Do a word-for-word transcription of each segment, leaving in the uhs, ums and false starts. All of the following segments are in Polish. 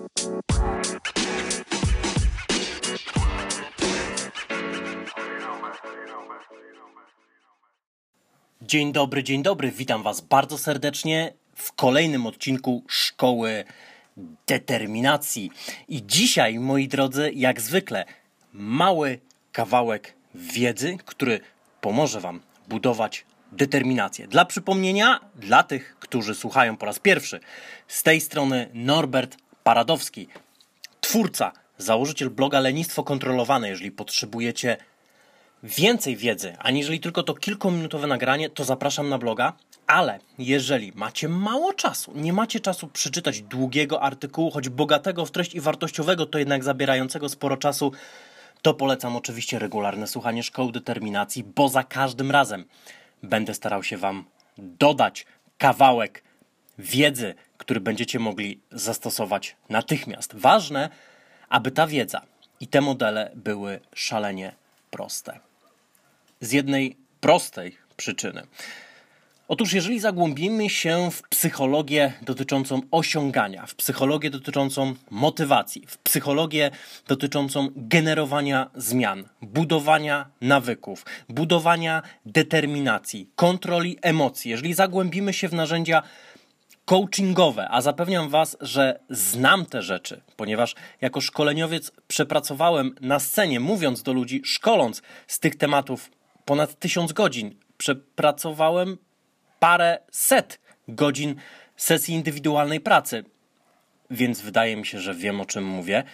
Dzień dobry, dzień dobry, witam Was bardzo serdecznie w kolejnym odcinku Szkoły Determinacji. I dzisiaj, moi drodzy, jak zwykle, mały kawałek wiedzy, który pomoże Wam budować determinację. Dla przypomnienia, dla tych, którzy słuchają po raz pierwszy, z tej strony Norbert Paradowski, twórca, założyciel bloga Lenistwo Kontrolowane. Jeżeli potrzebujecie więcej wiedzy, aniżeli tylko to kilkuminutowe nagranie, to zapraszam na bloga, ale jeżeli macie mało czasu, nie macie czasu przeczytać długiego artykułu, choć bogatego w treść i wartościowego, to jednak zabierającego sporo czasu, to polecam oczywiście regularne słuchanie Szkoły Determinacji, bo za każdym razem będę starał się Wam dodać kawałek wiedzy, który będziecie mogli zastosować natychmiast. Ważne, aby ta wiedza i te modele były szalenie proste. Z jednej prostej przyczyny. Otóż jeżeli zagłębimy się w psychologię dotyczącą osiągania, w psychologię dotyczącą motywacji, w psychologię dotyczącą generowania zmian, budowania nawyków, budowania determinacji, kontroli emocji, jeżeli zagłębimy się w narzędzia coachingowe, a zapewniam Was, że znam te rzeczy, ponieważ jako szkoleniowiec przepracowałem na scenie, mówiąc do ludzi, szkoląc z tych tematów ponad tysiąc godzin. Przepracowałem parę set godzin sesji indywidualnej pracy, więc wydaje mi się, że wiem, o czym mówię.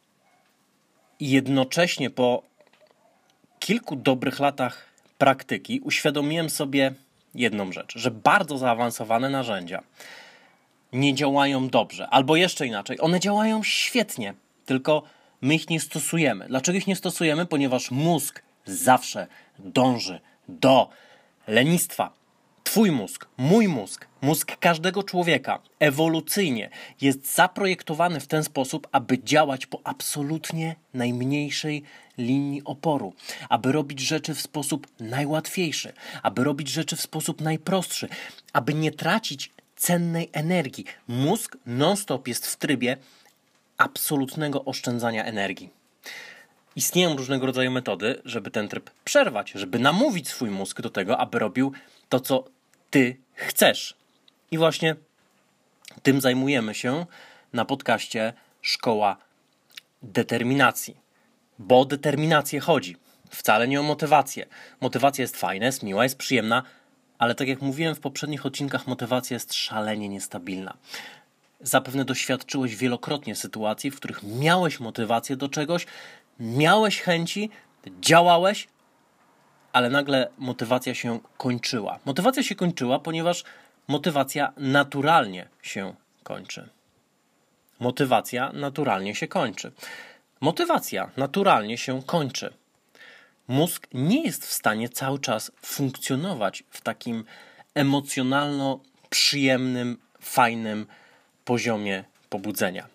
I jednocześnie po kilku dobrych latach praktyki uświadomiłem sobie jedną rzecz, że bardzo zaawansowane narzędzia nie działają dobrze, albo jeszcze inaczej, one działają świetnie, tylko my ich nie stosujemy. Dlaczego ich nie stosujemy? Ponieważ mózg zawsze dąży do lenistwa. Twój mózg, mój mózg, mózg każdego człowieka ewolucyjnie jest zaprojektowany w ten sposób, aby działać po absolutnie najmniejszej linii oporu, aby robić rzeczy w sposób najłatwiejszy, aby robić rzeczy w sposób najprostszy, aby nie tracić cennej energii. Mózg non-stop jest w trybie absolutnego oszczędzania energii. Istnieją różnego rodzaju metody, żeby ten tryb przerwać, żeby namówić swój mózg do tego, aby robił to, co Ty chcesz. I właśnie tym zajmujemy się na podcaście Szkoła Determinacji. Bo o determinację chodzi. Wcale nie o motywację. Motywacja jest fajna, jest miła, jest przyjemna, ale tak jak mówiłem w poprzednich odcinkach, motywacja jest szalenie niestabilna. Zapewne doświadczyłeś wielokrotnie sytuacji, w których miałeś motywację do czegoś, miałeś chęci, działałeś, ale nagle motywacja się kończyła. Motywacja się kończyła, ponieważ motywacja naturalnie się kończy. Motywacja naturalnie się kończy. Motywacja naturalnie się kończy. Mózg nie jest w stanie cały czas funkcjonować w takim emocjonalno przyjemnym, fajnym poziomie pobudzenia.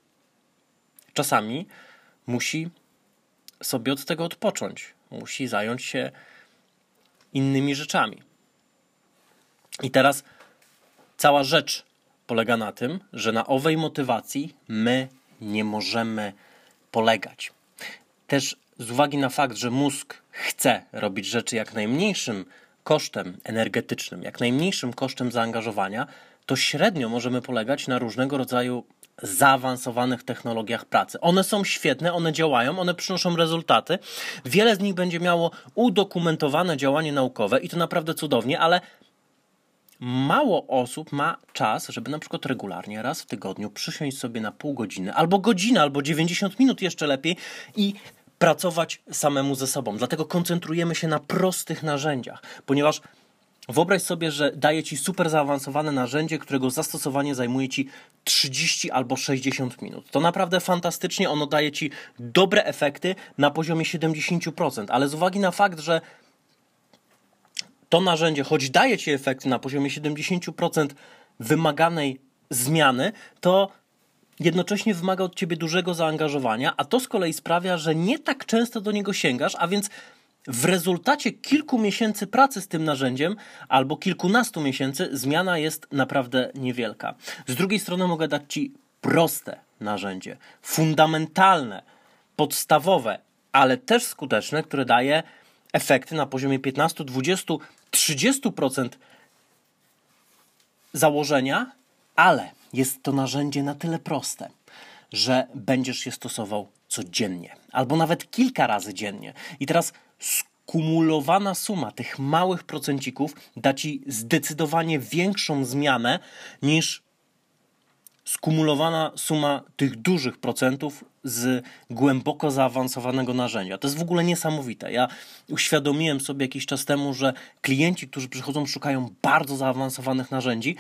Czasami musi sobie od tego odpocząć. Musi zająć się innymi rzeczami. I teraz cała rzecz polega na tym, że na owej motywacji my nie możemy polegać. Też z uwagi na fakt, że mózg chce robić rzeczy jak najmniejszym kosztem energetycznym, jak najmniejszym kosztem zaangażowania, to średnio możemy polegać na różnego rodzaju zaawansowanych technologiach pracy. One są świetne, one działają, one przynoszą rezultaty. Wiele z nich będzie miało udokumentowane działanie naukowe i to naprawdę cudownie, ale mało osób ma czas, żeby na przykład regularnie raz w tygodniu przysiąść sobie na pół godziny, albo godzinę, albo dziewięćdziesiąt minut jeszcze lepiej i pracować samemu ze sobą. Dlatego koncentrujemy się na prostych narzędziach, ponieważ wyobraź sobie, że daje Ci super zaawansowane narzędzie, którego zastosowanie zajmuje Ci trzydzieści albo sześćdziesiąt minut. To naprawdę fantastycznie, ono daje Ci dobre efekty na poziomie siedemdziesiąt procent, ale z uwagi na fakt, że to narzędzie, choć daje Ci efekty na poziomie siedemdziesiąt procent wymaganej zmiany, to jednocześnie wymaga od Ciebie dużego zaangażowania, a to z kolei sprawia, że nie tak często do niego sięgasz, a więc w rezultacie kilku miesięcy pracy z tym narzędziem albo kilkunastu miesięcy zmiana jest naprawdę niewielka. Z drugiej strony mogę dać Ci proste narzędzie. Fundamentalne, podstawowe, ale też skuteczne, które daje efekty na poziomie piętnaście, dwadzieścia, trzydzieści procent założenia, ale jest to narzędzie na tyle proste, że będziesz je stosował codziennie, albo nawet kilka razy dziennie. I teraz skumulowana suma tych małych procencików da Ci zdecydowanie większą zmianę niż skumulowana suma tych dużych procentów z głęboko zaawansowanego narzędzia. To jest w ogóle niesamowite. Ja uświadomiłem sobie jakiś czas temu, że klienci, którzy przychodzą, szukają bardzo zaawansowanych narzędzi,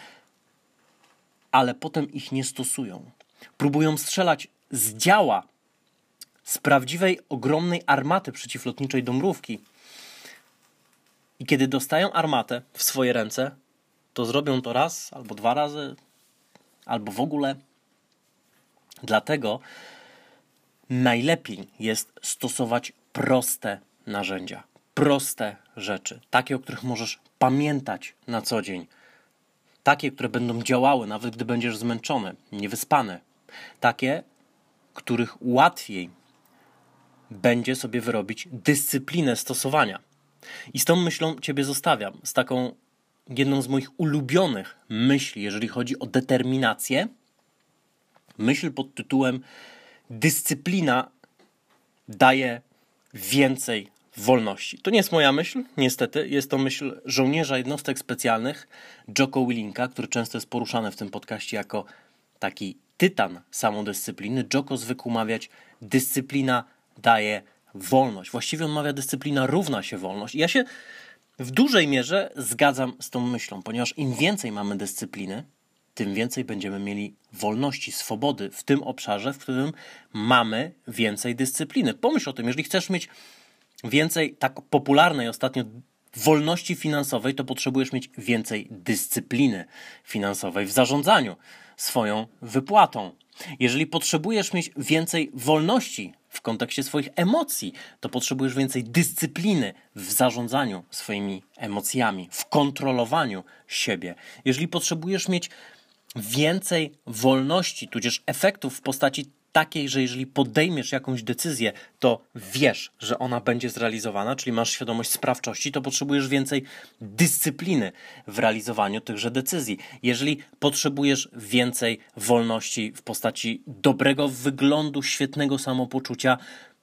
ale potem ich nie stosują. Próbują strzelać z działa, z prawdziwej, ogromnej armaty przeciwlotniczej do mrówki. I kiedy dostają armatę w swoje ręce, to zrobią to raz albo dwa razy, albo w ogóle. Dlatego najlepiej jest stosować proste narzędzia, proste rzeczy, takie, o których możesz pamiętać na co dzień, takie, które będą działały, nawet gdy będziesz zmęczony, niewyspany, takie, których łatwiej będzie sobie wyrobić dyscyplinę stosowania. I z tą myślą Ciebie zostawiam, z taką jedną z moich ulubionych myśli, jeżeli chodzi o determinację. Myśl pod tytułem dyscyplina daje więcej wolności. To nie jest moja myśl, niestety. Jest to myśl żołnierza jednostek specjalnych Jocko Willinka, który często jest poruszany w tym podcaście jako taki tytan samodyscypliny. Jocko zwykł mawiać, dyscyplina daje wolność. Właściwie on mawia, dyscyplina równa się wolność. I ja się w dużej mierze zgadzam z tą myślą, ponieważ im więcej mamy dyscypliny, tym więcej będziemy mieli wolności, swobody w tym obszarze, w którym mamy więcej dyscypliny. Pomyśl o tym, jeżeli chcesz mieć więcej tak popularnej ostatnio wolności finansowej, to potrzebujesz mieć więcej dyscypliny finansowej w zarządzaniu swoją wypłatą. Jeżeli potrzebujesz mieć więcej wolności w kontekście swoich emocji, to potrzebujesz więcej dyscypliny w zarządzaniu swoimi emocjami, w kontrolowaniu siebie. Jeżeli potrzebujesz mieć więcej wolności, tudzież efektów w postaci takiej, że jeżeli podejmiesz jakąś decyzję, to wiesz, że ona będzie zrealizowana, czyli masz świadomość sprawczości, to potrzebujesz więcej dyscypliny w realizowaniu tychże decyzji. Jeżeli potrzebujesz więcej wolności w postaci dobrego wyglądu, świetnego samopoczucia,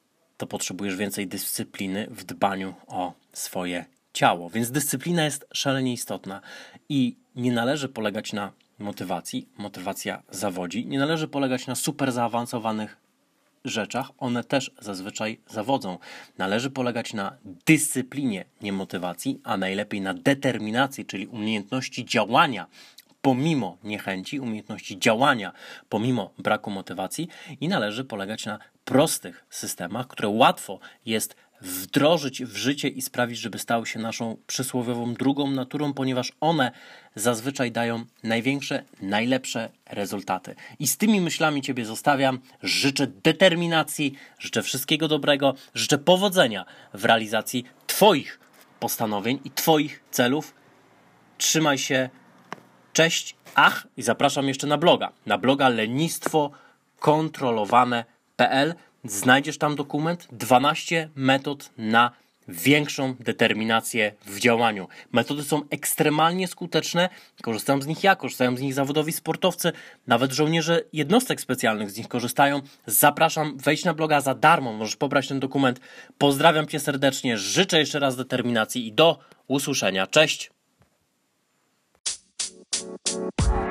to potrzebujesz więcej dyscypliny w dbaniu o swoje ciało. Więc dyscyplina jest szalenie istotna i nie należy polegać na motywacji. Motywacja zawodzi. Nie należy polegać na super zaawansowanych rzeczach. One też zazwyczaj zawodzą. Należy polegać na dyscyplinie, nie motywacji, a najlepiej na determinacji, czyli umiejętności działania pomimo niechęci, umiejętności działania pomimo braku motywacji i należy polegać na prostych systemach, które łatwo jest wdrożyć w życie i sprawić, żeby stały się naszą przysłowiową drugą naturą, ponieważ one zazwyczaj dają największe, najlepsze rezultaty. I z tymi myślami Ciebie zostawiam. Życzę determinacji, życzę wszystkiego dobrego, życzę powodzenia w realizacji Twoich postanowień i Twoich celów. Trzymaj się. Cześć. Ach, i zapraszam jeszcze na bloga. Na bloga lenistwo kontrolowane kropka p l. Znajdziesz tam dokument dwanaście metod na większą determinację w działaniu. Metody są ekstremalnie skuteczne. Korzystam z nich ja, korzystają z nich zawodowi sportowcy, nawet żołnierze jednostek specjalnych z nich korzystają. Zapraszam, wejdź na bloga za darmo, możesz pobrać ten dokument. Pozdrawiam Cię serdecznie, życzę jeszcze raz determinacji i do usłyszenia. Cześć!